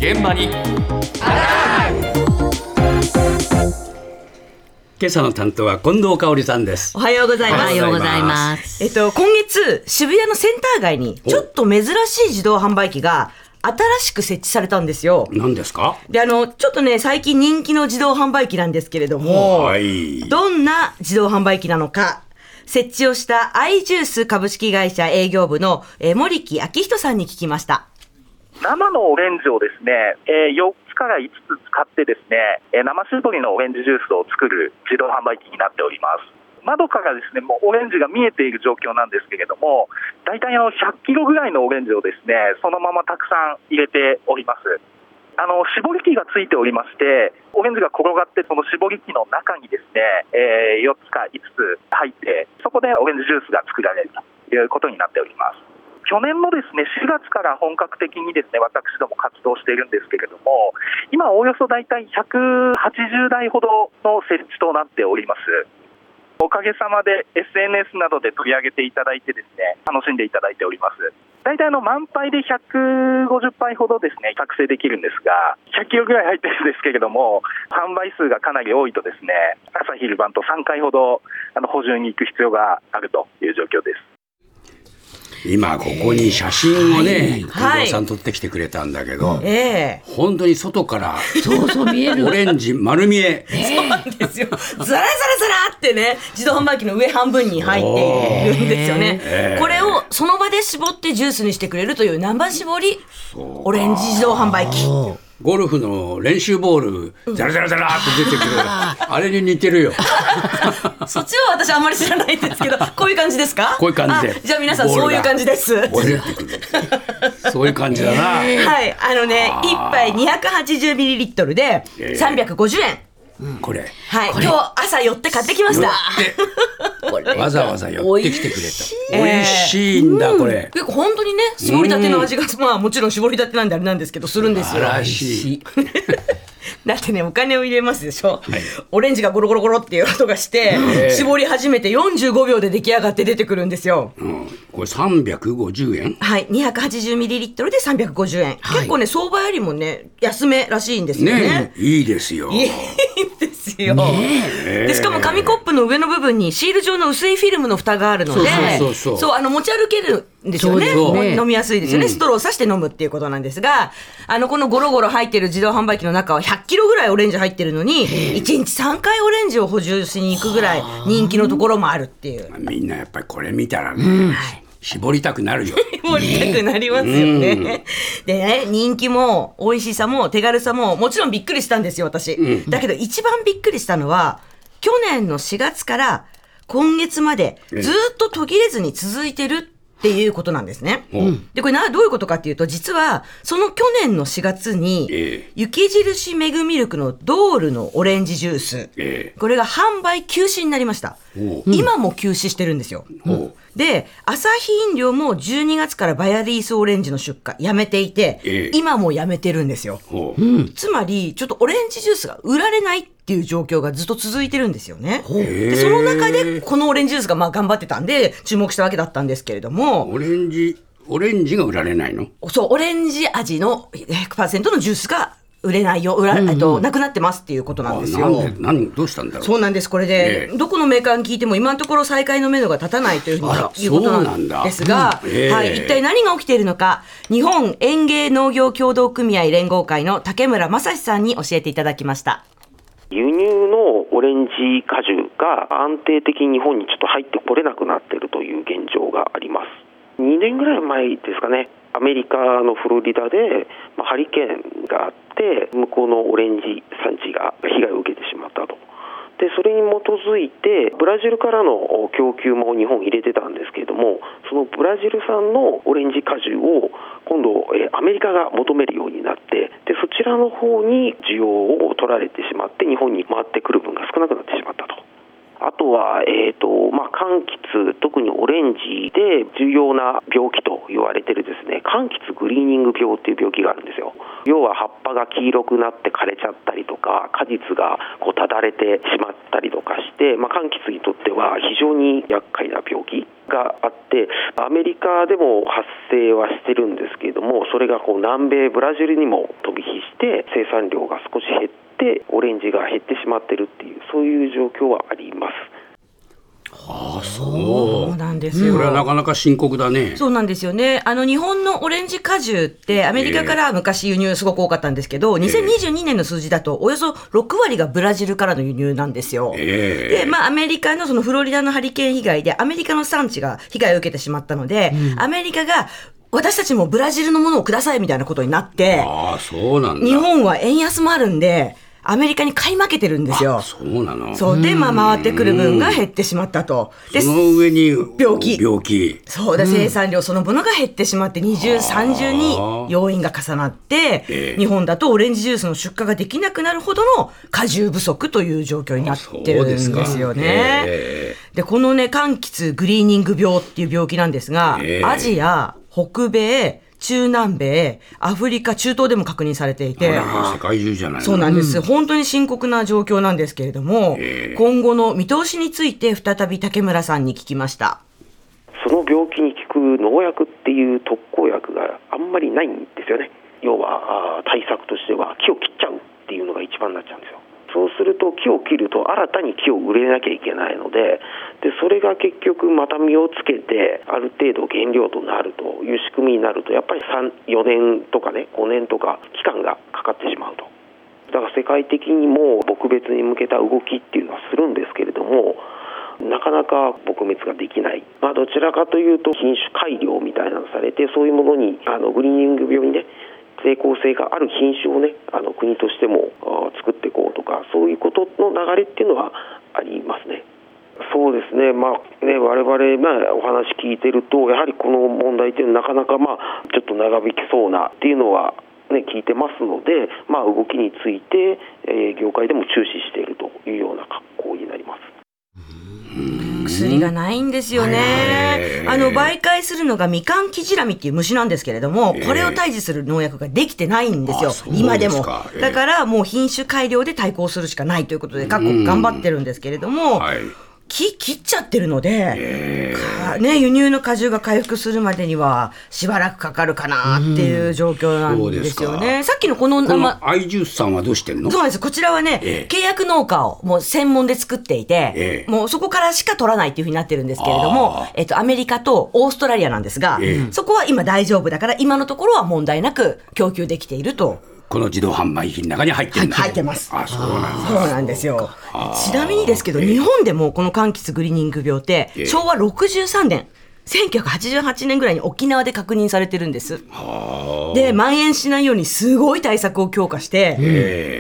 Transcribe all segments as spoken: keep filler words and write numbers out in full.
現場に今朝の担当は近藤香織さんです。 おはようございます。 おはようございます。 えっと、今月渋谷のセンター街にちょっと珍しい自動販売機が新しく設置されたんですよ。 何ですか？ で、あのちょっとね、最近人気の自動販売機なんですけれども、 はい、 どんな自動販売機なのか、設置をしたアイジュース株式会社営業部の、えー、森木明人さんに聞きました。 生のオレンジをですね、えー、よっつからいつつ使ってですね、えー、生搾りのオレンジジュースを作る自動販売機になっております。窓からですね、もうオレンジが見えている状況なんですけれども、だいたいあのひゃっキロぐらいのオレンジをですね、そのままたくさん入れております。あの絞り器がついておりまして、オレンジが転がってその絞り器の中にですね、えー、よっつかいつつ入って、そこでオレンジジュースが作られるということになっております。去年のですねしがつから本格的にですね私ども活動しているんですけれども、今おおよそだいたいひゃくはちじゅうだいほどの設置となっております。おかげさまで エスエヌエス などで取り上げていただいてですね、楽しんでいただいております。だいたいあの満杯でひゃくごじゅっぱいほどですね作成できるんですが、ひゃっキロぐらい入ってるんですけれども、販売数がかなり多いとですね、朝昼晩とさんかいほどあの補充に行く必要があるという状況です。 今ここに写真をね、 はい、 近藤さん撮ってきてくれたんだけど、 えー、本当に外からそうそう見えるオレンジ丸見え、 えー、そうなんですよ。ザラザラザラってね、自動販売機の上半分に入っているんですよね、えー、これをその場で絞ってジュースにしてくれるという生絞りオレンジ自動販売機。 ゴルフの練習ボールザラザラザラって出てくるあれに似てるよそっちは私あんまり知らないんですけど、こういう感じですか？ こういう感じで。 じゃあ皆さんそういう感じです。 そういう感じだな。はい、 あのね、いっぱい にひゃくはちじゅうミリリットル でさんびゃくごじゅうえん、 うん、これ、 はい、今日朝寄って買ってきました。 これわざわざ寄ってきてくれた。美味しいんだ、えー、これ、 うん、結構本当にね、絞りたての味が、うん、まあもちろん絞りたてなんであれなんですけどするんですよ。 らしいだってね、お金を入れますでしょ、はい、オレンジがゴロゴロゴロっていう音がして、えー、絞り始めてよんじゅうごびょうで出来上がって出てくるんですよ、 うん、これさんびゃくごじゅうえん、 はい、にひゃくはちじゅうミリリットル でさんびゃくごじゅうえん、はい、結構ね相場よりもね安めらしいんですよね。 ね、いいですよ。 いいですよ、ね、でしかも紙コップの上の部分にシール状の薄いフィルムの蓋があるので、そうそうそうそう、あの持ち歩けるんですよ ね, ね飲みやすいですよね、うん、ストローを刺して飲むっていうことなんですが、あのこのゴロゴロ入ってる自動販売機の中はひゃっキロぐらいオレンジ入ってるのにいちにちさんかいオレンジを補充しに行くぐらい人気のところもあるっていう。 みんなやっぱりこれ見たらね、うん、絞りたくなるよ絞りたくなりますよね、うん、でね、人気も美味しさも手軽さももちろんびっくりしたんですよ私、うん、だけど一番びっくりしたのは去年のしがつから今月までずっと途切れずに続いてるっていうことなんですね、うん、でこれなどういうことかっていうと、実はその去年のしがつに、えー、雪印メグミルクのドールのオレンジジュース、えー、これが販売休止になりました。今も休止してるんですよ、うん、でアサヒ飲料もじゅうにがつからバヤリースオレンジの出荷やめていて、えー、今もやめてるんですよ、うん、つまりちょっとオレンジジュースが売られないっていう状況がずっと続いてるんですよね。でその中でこのオレンジジュースがまあ頑張ってたんで注目したわけだったんですけれども、 オレンジオレンジが売られないの？ そう、オレンジ味の ひゃくパーセント のジュースが売れないよ、売ら、うんうん、となくなってますっていうことなんですよ。 なんで何どうしたんだろう。 そうなんです。これで、えー、どこのメーカーに聞いても今のところ再開のめどが立たないというふうにいうことなんですが、うんえーはい、一体何が起きているのか、日本園芸農業協同組合連合会の竹村正史さんに教えていただきました。 輸入のオレンジ果汁が安定的に日本にちょっと入ってこれなくなっているという現状があります。にねんぐらい前ですかね、アメリカのフロリダで、まあ、ハリケーンがあって向こうのオレンジ産地が被害を受けてしまったと。でそれに基づいてブラジルからの供給も日本入れてたんですけれども、そのブラジル産のオレンジ果汁を今度えアメリカが求めるようになって、でそちらの方に需要を取られてしまって日本に回ってくる分が少なくなってしまったと。あとは、えーとまあ、柑橘、特にオレンジで重要な病気と言われているですね、柑橘グリーニング病っていう病気があるんですよ。要は葉っぱが黄色くなって枯れちゃったりとか、果実がこうただれてしまったりとかして、まあ、柑橘にとっては非常に厄介な病気があって、アメリカでも発生はしてるんですけれども、それがこう南米ブラジルにも飛び火して生産量が少し減ってオレンジが減ってしまってるっていう、そういう状況はあります。 ああ、そう。 そうなんですよ。 これはなかなか深刻だね。 そうなんですよね。あの日本のオレンジ果汁ってアメリカから昔輸入すごく多かったんですけど、にせんにじゅうにねんの数字だとおよそろくわりがブラジルからの輸入なんですよ。 えー、 で、まあアメリカのそのフロリダのハリケーン被害でアメリカの産地が被害を受けてしまったので、うん、アメリカが私たちもブラジルのものをくださいみたいなことになって、 ああ、そうなんだ。 日本は円安もあるんでアメリカに買い負けてるんですよ。 あ、そうなの。 そうで、まあ、回ってくる分が減ってしまったと。で、 その上に病気。 病気。 そうだ、生産量そのものが減ってしまって二重三重に要因が重なって、えー、日本だとオレンジジュースの出荷ができなくなるほどの果汁不足という状況になってるんですよね。えー、で、このね、柑橘グリーニング病っていう病気なんですが、えー、アジア、北米、中南米、アフリカ、中東でも確認されていて、 世界中じゃないの。 そうなんです、うん、本当に深刻な状況なんですけれども、今後の見通しについて再び竹村さんに聞きました。 その病気に効く農薬っていう特効薬があんまりないんですよね。要は対策としては木を切っちゃうっていうのが一番になっちゃうんですよ。そうすると木を切ると新たに木を植えなきゃいけないので、でそれが結局また実をつけてある程度原料となるという仕組みになると、やっぱりさん、よねんとかねごねんとか期間がかかってしまうと。だから世界的にも撲滅に向けた動きっていうのはするんですけれども、なかなか撲滅ができない。まあ、どちらかというと品種改良みたいなのされて、そういうものにあのグリーニング病にね成功性がある品種をねあの国としても作っていこうとか、そういうことの流れっていうのはありますね。そうですね、まあね、我々、まあ、お話聞いてるとやはりこの問題っていうのはなかなか、まあ、ちょっと長引きそうなっていうのは、ね、聞いてますので、まあ、動きについて、えー、業界でも注視しているというような格好になります。 薬がないんですよね。あの媒介するのがミカンキジラミっていう虫なんですけれども、これを退治する農薬ができてないんですよ、今でも。だからもう品種改良で対抗するしかないということで各国頑張ってるんですけれども、はい、木切っちゃってるので、ね、輸入の果汁が回復するまでにはしばらくかかるかなっていう状況なんですよね。さっきのこのこのアイジュースさんはどうしてんの？ そうなんです。こちらはね、えー、契約農家をもう専門で作っていて、えー、もうそこからしか取らないっていうふうになってるんですけれども、えっと、アメリカとオーストラリアなんですが、えー、そこは今大丈夫だから今のところは問題なく供給できていると。 この自動販売機の中に入ってるんだ。 入ってます。 あ、そうなんです。 そうなんですよ。ちなみにですけど、日本でもこの柑橘グリーニング病ってしょうわろくじゅうさんねん、せんきゅうひゃくはちじゅうはちねんぐらいに沖縄で確認されてるんです。で、蔓延しないようにすごい対策を強化して、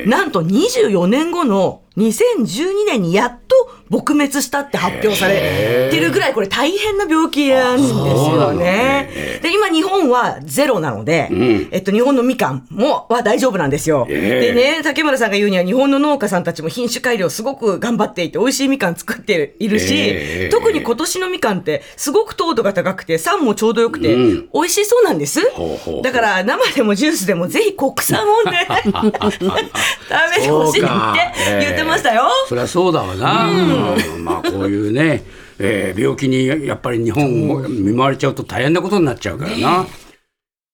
なんとにじゅうよねんごのにせんじゅうにねんにやっと撲滅したって発表されてるぐらい、これ大変な病気なんですよね。で、今日本はゼロなので、うん、えっと、日本のみかんもは大丈夫なんですよ。でね、竹村さんが言うには日本の農家さんたちも品種改良すごく頑張っていて美味しいみかん作っているし、特に今年のみかんってすごく糖度が高くて酸もちょうどよくて美味しそうなんです。うん、だから生でもジュースでもぜひ国産をね食べてほしいって言ってましたよ。 そりゃそうだわな。うん、まあこういうね、えー、病気にやっぱり日本を見舞われちゃうと大変なことになっちゃうからな。